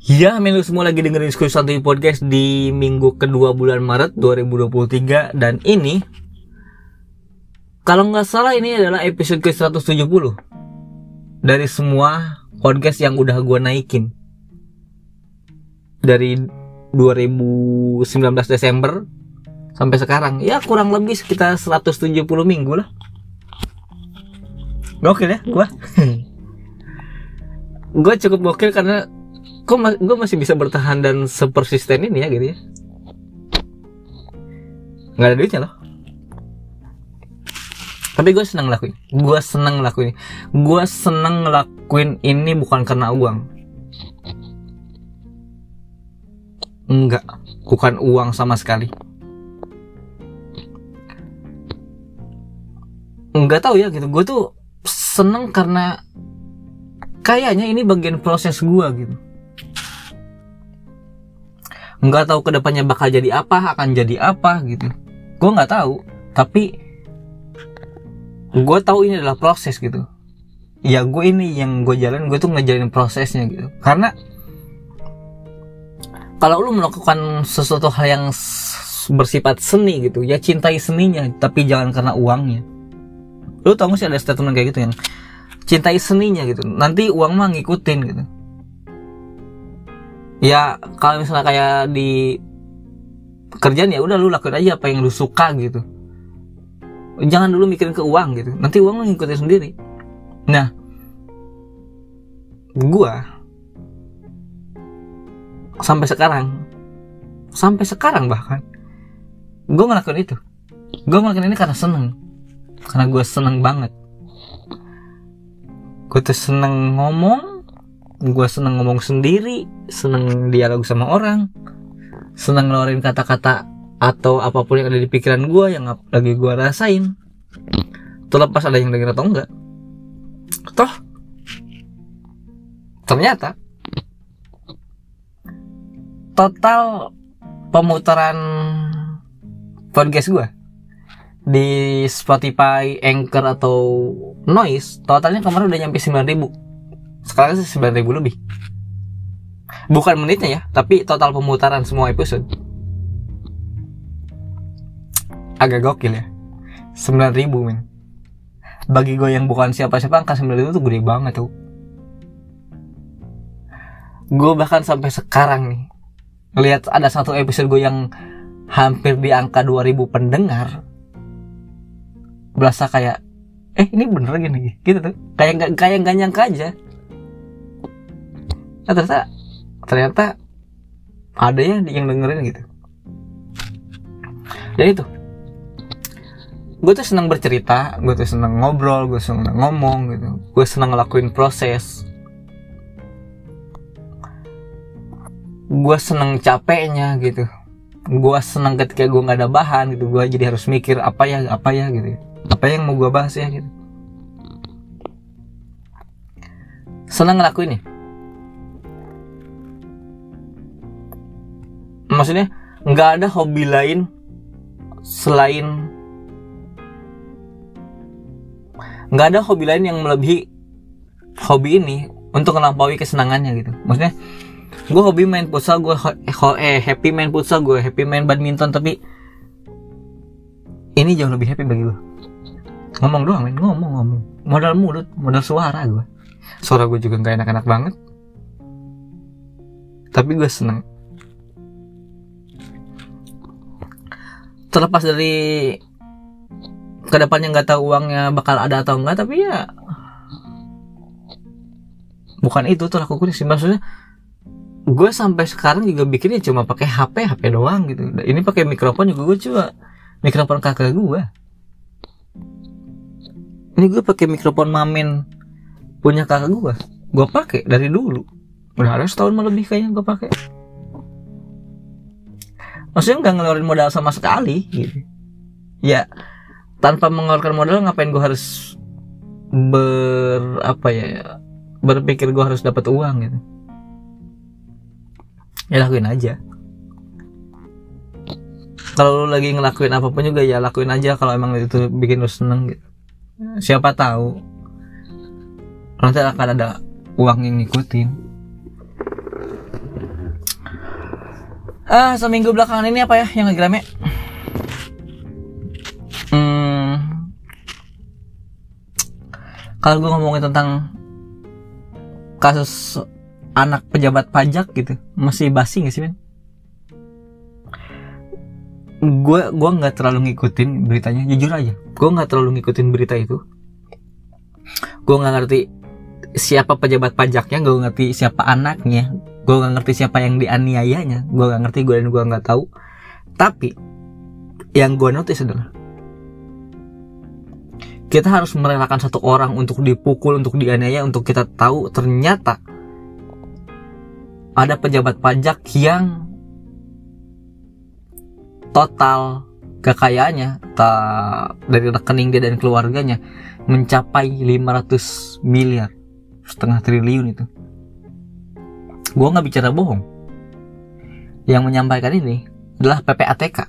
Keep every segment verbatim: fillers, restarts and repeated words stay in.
Ya, men, lu semua lagi dengerin Diskusi Santuy Podcast di minggu kedua bulan Maret dua ribu dua puluh tiga. Dan ini, kalau nggak salah ini adalah episode ke seratus tujuh puluh dari semua podcast yang udah gue naikin dari dua ribu sembilan belas Desember sampai sekarang. Ya kurang lebih sekitar seratus tujuh puluh minggu lah. Gokil ya gue. Gue cukup gokil karena kok ma- gue masih bisa bertahan dan sepersisten ini ya gitu ya. Nggak ada duitnya loh. Tapi gue seneng ngelakuin. Gue seneng ngelakuin. Gue seneng ngelakuin ini bukan karena uang. Enggak, bukan uang sama sekali. Enggak tahu ya gitu. Gue tuh seneng karena kayaknya ini bagian proses gue gitu. Nggak tahu kedepannya bakal jadi apa, akan jadi apa gitu. Gue nggak tahu, tapi gue tahu ini adalah proses gitu. Ya gue ini yang gue jalan, gue tuh ngejalanin prosesnya gitu. Karena kalau lu melakukan sesuatu hal yang bersifat seni gitu, ya cintai seninya, tapi jangan karena uangnya. Lu tau gak sih ada statement kayak gitu yang cintai seninya gitu, nanti uang mah ngikutin gitu. Ya kalau misalnya kayak di pekerjaan ya udah lu lakuin aja apa yang lu suka gitu. Jangan dulu mikirin ke uang gitu. Nanti uang lu ngikutin sendiri. Nah, gua sampai sekarang sampai sekarang bahkan gua ngelakuin itu. Gua ngelakuin ini karena seneng. Karena gua seneng banget. Gua tuh seneng ngomong. Gue seneng ngomong sendiri, seneng dialog sama orang, seneng ngeluarin kata-kata atau apapun yang ada di pikiran gue yang lagi gue rasain, terlepas ada yang denger atau enggak. Toh ternyata total pemutaran podcast gue di Spotify, Anchor atau Noise totalnya kemarin udah nyampe sembilan ribu. Sekarang sih sembilan ribu lebih. Bukan menitnya ya, tapi total pemutaran semua episode. Agak gokil ya. sembilan ribu men. Bagi gue yang bukan siapa-siapa, angka sembilan ribu tuh gede banget tuh. Gue bahkan sampai sekarang nih ngelihat ada satu episode gue yang hampir di angka dua ribu pendengar. Berasa kayak eh ini bener gini gitu tuh. Kayak gak, kayak gak nyangka aja. Nah, ternyata ternyata ada ya yang dengerin gitu. Dan itu gue tuh senang bercerita, gue tuh senang ngobrol, gue senang ngomong gitu, gue senang ngelakuin proses, gue senang capeknya gitu, gue senang ketika gue nggak ada bahan gitu, gue jadi harus mikir apa ya apa ya gitu, apa yang mau gue bahas ya gitu. Senang ngelakuin nih. Maksudnya nggak ada hobi lain selain nggak ada hobi lain yang melebihi hobi ini untuk melampaui kesenangannya gitu. Maksudnya gue hobi main futsal, gue ho- eh happy main futsal, gue happy main badminton, tapi ini jauh lebih happy bagi gue. Ngomong doang, main ngomong ngomong, modal mulut, modal suara gue. Suara gue juga nggak enak-enak banget, tapi gue seneng. Terlepas dari kedepannya nggak tahu uangnya bakal ada atau enggak, tapi ya bukan itu tuh lakukan sih. Maksudnya gue sampai sekarang juga bikinnya cuma pakai H P H P doang gitu. Ini pakai mikrofon juga, gue coba mikrofon kakak gue. Ini gue pakai mikrofon Mamen punya kakak gue. Gue pakai dari dulu. Udah ada setahun lebih kayaknya gue pakai. Maksudnya nggak ngeluarin modal sama sekali gitu. Ya tanpa mengeluarkan modal ngapain gue harus ber apa ya berpikir gue harus dapat uang gitu. Ya lakuin aja. Kalau lu lagi ngelakuin apapun juga ya lakuin aja kalau emang itu bikin lu seneng gitu. Siapa tahu nanti akan ada uang yang ngikutin. Ah, seminggu belakangan ini apa ya yang lagi rame? Hmm, kalau gue ngomongin tentang kasus anak pejabat pajak gitu, masih basi nggak sih, men? Gue gue nggak terlalu ngikutin beritanya, jujur aja. Gue nggak terlalu ngikutin berita itu. Gue nggak ngerti siapa pejabat pajaknya, gue ngerti siapa anaknya, gue nggak ngerti siapa yang dianiayanya, gue nggak ngerti, gue dan gue nggak tahu. Tapi yang gue notice adalah kita harus merelakan satu orang untuk dipukul, untuk dianiaya, untuk kita tahu ternyata ada pejabat pajak yang total kekayaannya ta, dari rekening dia dan keluarganya mencapai lima ratus miliar, setengah triliun itu. Gue nggak bicara bohong. Yang menyampaikan ini adalah P P A T K.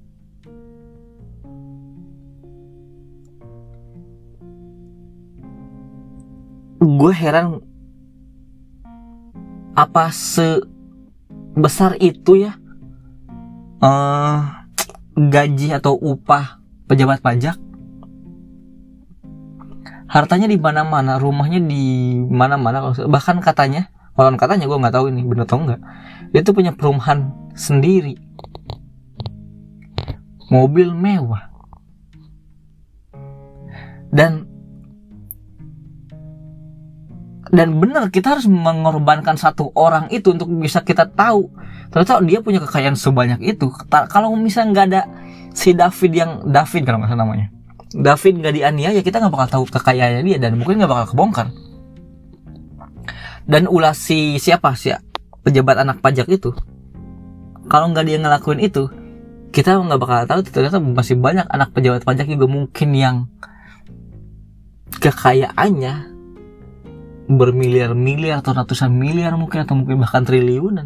Gue heran, apa sebesar itu ya uh, gaji atau upah pejabat pajak? Hartanya di mana-mana, rumahnya di mana-mana, bahkan katanya, walaupun katanya gue nggak tahu ini benar atau enggak, dia tuh punya perumahan sendiri, mobil mewah, dan dan benar kita harus mengorbankan satu orang itu untuk bisa kita tahu ternyata dia punya kekayaan sebanyak itu. Kalau misalnya nggak ada si David yang David kalau nggak salah namanya, David nggak dianiaya, kita nggak bakal tahu kekayaannya dia dan mungkin nggak bakal kebongkar. Dan ulah si siapa sih pejabat anak pajak itu, kalau nggak dia ngelakuin itu, kita nggak bakal tahu ternyata masih banyak anak pejabat pajak juga mungkin yang kekayaannya bermiliar-miliar atau ratusan miliar mungkin, atau mungkin bahkan triliunan.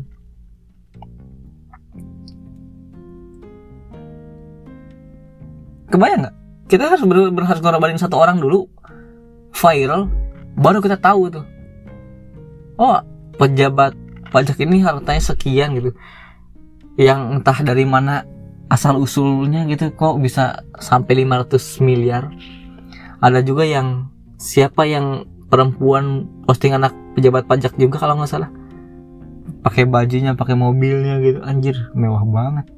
Kebayang nggak? Kita harus ber- harus ngorbanin satu orang dulu viral, baru kita tahu tuh, oh pejabat pajak ini hartanya sekian gitu, yang entah dari mana asal usulnya gitu, kok bisa sampai lima ratus miliar. Ada juga yang siapa yang perempuan posting anak pejabat pajak juga kalau nggak salah, pakai bajunya, pakai mobilnya gitu, anjir mewah banget.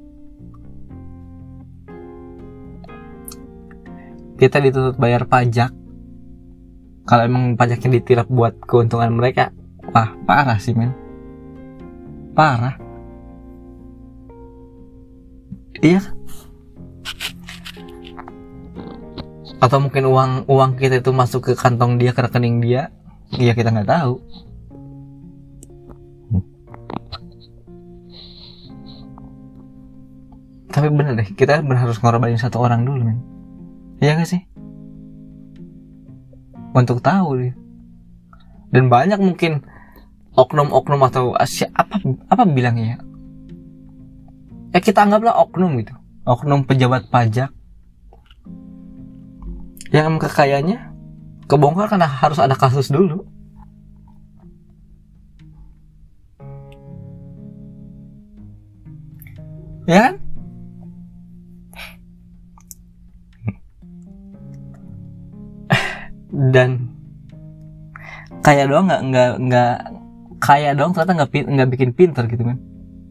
Kita dituntut bayar pajak, kalau emang pajaknya ditirap buat keuntungan mereka, wah parah sih men, parah. Iya. Atau mungkin uang uang kita itu masuk ke kantong dia, ke rekening dia, iya kita nggak tahu. Tapi bener deh, kita harus ngorbanin satu orang dulu men. Iya gak sih? Untuk tahu deh. Dan banyak mungkin oknum-oknum atau asya, apa apa bilangnya? Ya kita anggaplah oknum gitu, oknum pejabat pajak yang kekayaannya kebongkar karena harus ada kasus dulu. Ya kan? Dan kaya doang nggak nggak nggak kaya doang ternyata nggak nggak bikin pinter gitu kan.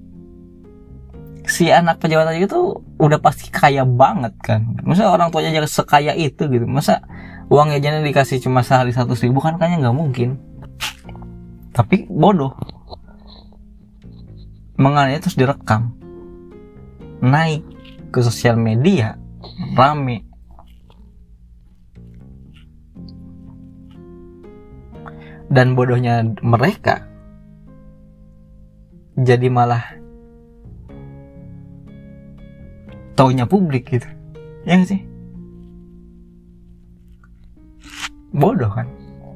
Si anak pejabat aja itu udah pasti kaya banget kan. Masa orang tuanya aja sekaya itu gitu, masa uang jajannya dikasih cuma sehari seratus ribu, kan kayaknya nggak mungkin. Tapi bodoh, mengenai terus direkam, naik ke sosial media, rame. Dan bodohnya mereka jadi malah taunya publik gitu, ya gak sih? Bodoh kan?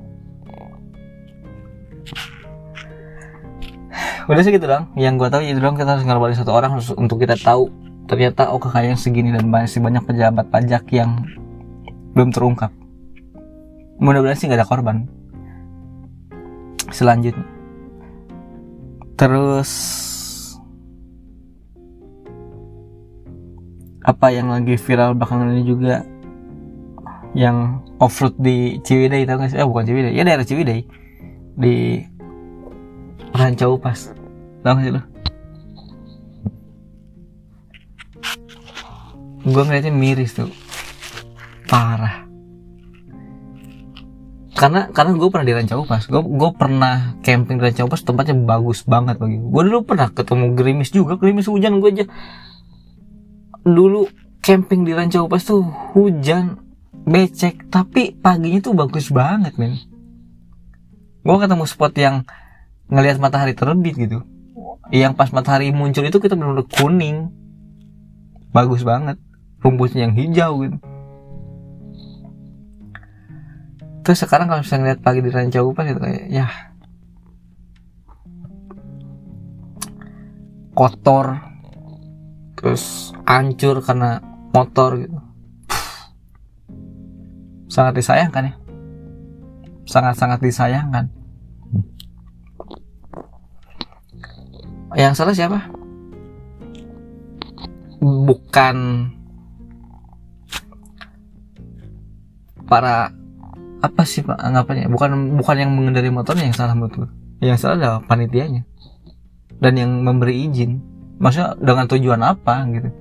Udah sih gitu dong. Yang gue tahu itu dong, kita harus ngorbanin satu orang untuk kita tahu ternyata oh kekayaan segini dan masih banyak pejabat pajak yang belum terungkap. Mudah-mudahan sih gak ada korban selanjutnya. Terus apa yang lagi viral belakangan ini juga, yang off-road di Ciwidey, tau gak sih? Eh bukan Ciwidey, ya daerah Ciwidey, di Ranca Upas, tau gak sih lo? Gue ngeliatnya miris tuh, parah. Karena karena gue pernah di Ranca Upas, gue gue pernah camping di Ranca Upas, tempatnya bagus banget bagi gue. Gue dulu pernah ketemu gerimis juga, gerimis hujan gue aja. Dulu camping di Ranca Upas tuh hujan becek, tapi paginya tuh bagus banget men. Gue ketemu spot yang ngelihat matahari terbit gitu, yang pas matahari muncul itu kita benar-benar kuning, bagus banget, rumputnya yang hijau gitu. Terus sekarang kalau misalnya ngeliat pagi di Ranca Upas itu kayak ya kotor, terus hancur karena motor gitu. Sangat disayangkan ya, sangat-sangat disayangkan. Yang salah siapa? Bukan para apa sih pak anggapannya, bukan bukan yang mengendarai motornya yang salah menurut gue. Yang salah adalah panitianya dan yang memberi izin. Maksudnya dengan tujuan apa gitu?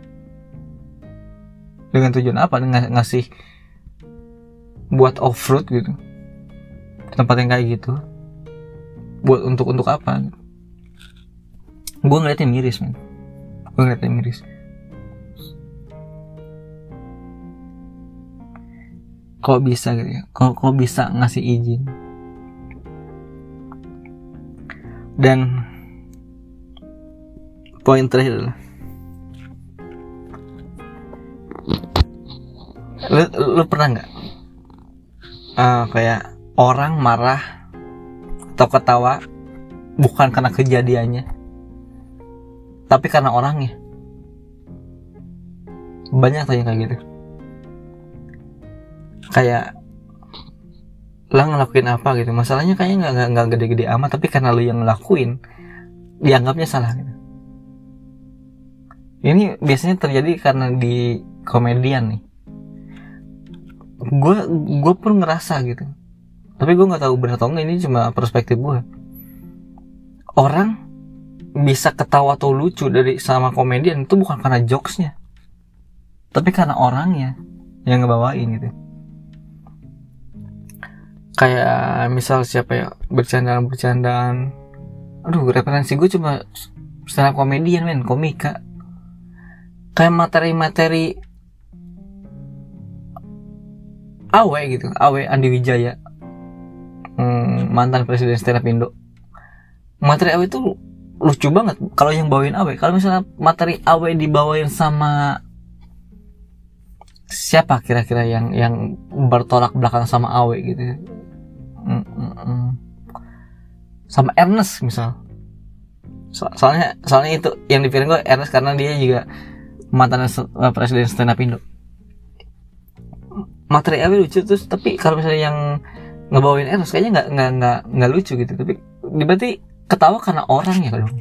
Dengan tujuan apa ng- ngasih buat off-road gitu, tempat yang kayak gitu, buat untuk untuk apa gitu. Gue ngeliatnya miris men, gue ngeliatnya miris. Kok bisa gitu ya, kok, kok bisa ngasih izin. Dan poin terakhir adalah lu, lu pernah nggak Uh, kayak orang marah atau ketawa bukan karena kejadiannya, tapi karena orangnya? Banyak tuh yang kayak gitu. Kayak lah ngelakuin apa gitu, masalahnya kayaknya nggak nggak gede-gede amat, tapi karena lu yang ngelakuin dianggapnya salah gitu. Ini biasanya terjadi karena di komedian nih. Gue gue pun ngerasa gitu, tapi gue nggak tahu benar atau enggak, ini cuma perspektif gue. Orang bisa ketawa atau lucu dari sama komedian itu bukan karena jokesnya, tapi karena orangnya yang ngebawain gitu. Kayak misal siapa ya, bercandaan-bercandaan, aduh referensi gue cuma stand up komedian men, komika. Kayak materi-materi Awe gitu, Awe Andi Wijaya, hmm, mantan presiden stand up Indo. Materi Awe itu lucu banget kalau yang bawain Awe. Kalau misalnya materi Awe dibawain sama siapa kira-kira yang yang bertolak belakang sama Awe gitu, mm, mm, mm. sama Ernest misal. So, soalnya soalnya itu yang di pikirin gue Ernest karena dia juga mantan presiden stand up Indo. Materi Awe lucu terus, tapi kalau misalnya yang ngebawain Ernest kayaknya nggak nggak nggak nggak lucu gitu. Tapi berarti ketawa karena orang ya dong,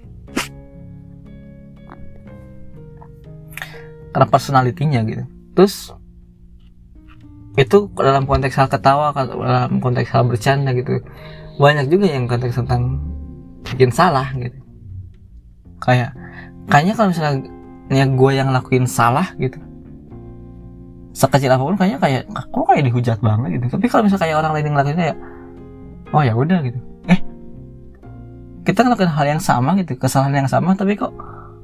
karena personalitinya gitu. Terus itu dalam konteks hal ketawa, dalam konteks hal bercanda gitu. Banyak juga yang konteks tentang bikin salah gitu. Kayak kayaknya kalau misalnya gue yang lakuin salah gitu, sekecil apapun kayaknya kayak kok kayak dihujat banget gitu. Tapi kalau misalnya kayak orang lain yang ngelakuin kayak oh ya udah gitu. Eh kita ngelakuin hal yang sama gitu, kesalahan yang sama, tapi kok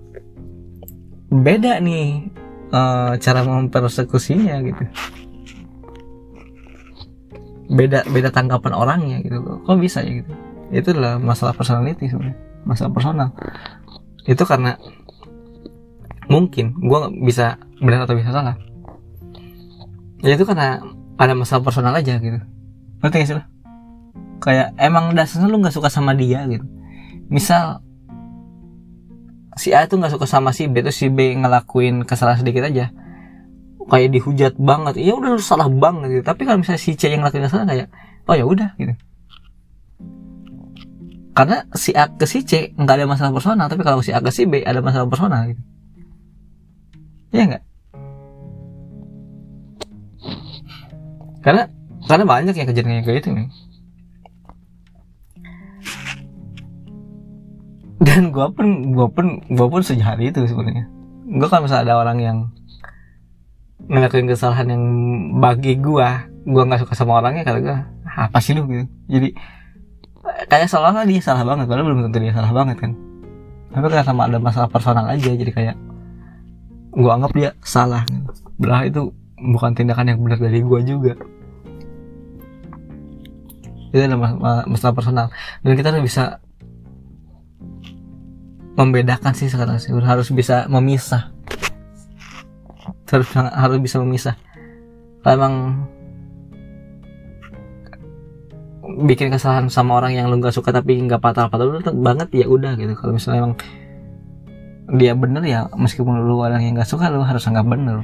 beda nih uh, cara mempersekusinya gitu. Beda beda tanggapan orangnya gitu. Kok bisa ya gitu? Itu adalah masalah personality sebenarnya, masalah personal. Itu karena mungkin gue nggak bisa benar atau bisa salah. Ya itu karena ada masalah personal aja gitu. Ngerti gak sih lo? Kayak emang dasarnya lu gak suka sama dia gitu. Misal si A tuh gak suka sama si B, terus si B ngelakuin kesalahan sedikit aja kayak dihujat banget, ya udah lu salah banget gitu. Tapi kalau misalnya si C yang ngelakuin kesalahan kayak oh ya udah gitu. Karena si A ke si C nggak ada masalah personal, tapi kalau si A ke si B ada masalah personal gitu. Iya nggak? Karena karena banyak yang kejadian kayak gitu nih. Dan gue pun gue pun gue pun sejahat itu sebenarnya. Gue kalau misalnya ada orang yang ngelakuin kesalahan yang bagi gue gue nggak suka sama orangnya, kata gue apa sih lu gitu. Jadi kayak seolah-olah dia salah banget, padahal belum tentu dia salah banget kan. Tapi kayak sama ada masalah personal aja, jadi kayak gue anggap dia salah gitu. Padahal itu bukan tindakan yang benar dari gue juga. Itu adalah masalah personal, dan kita harus bisa membedakan sih sekarang sih, harus bisa memisah, harus harus bisa memisah. Kalau emang bikin kesalahan sama orang yang lu nggak suka tapi nggak patah-patah banget, ya udah gitu. Kalau misalnya emang dia bener, ya meskipun lu orang yang nggak suka, lu harus anggap bener.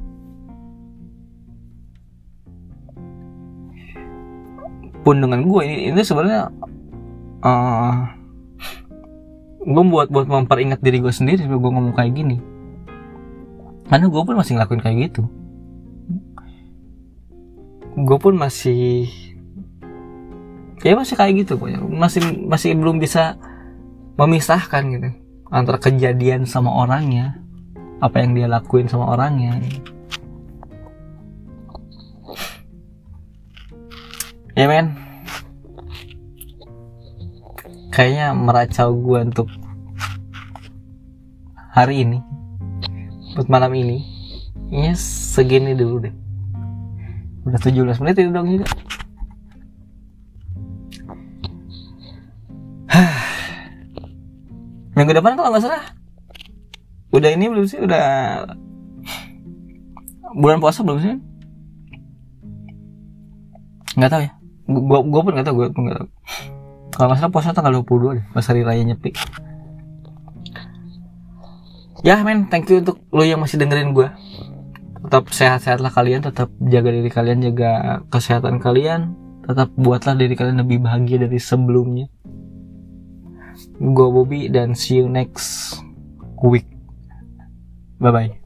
Pun dengan gue ini, ini sebenarnya uh, gue buat buat memperingat diri gue sendiri sebelum gue ngomong kayak gini, karena gue pun masih ngelakuin kayak gitu. Gue pun masih ya masih kayak gitu, masih masih belum bisa memisahkan gitu antara kejadian sama orangnya, apa yang dia lakuin sama orangnya. Ya men, kayaknya meracau gue untuk hari ini, buat malam ini, ya segini dulu deh. Udah tujuh belas menit itu dong juga. Minggu depan kalau nggak salah udah ini belum sih, udah bulan puasa belum sih? Nggak tahu ya, gua gua pun nggak tahu, gua pun nggak tahu. Kalau nggak salah puasa tanggal dua puluh dua deh, pas hari raya Nyepi. Ya men, thank you untuk lo yang masih dengerin gue. Tetap sehat-sehatlah kalian, tetap jaga diri kalian, jaga kesehatan kalian, tetap buatlah diri kalian lebih bahagia dari sebelumnya. Gue Bobby, dan see you next week. Bye bye.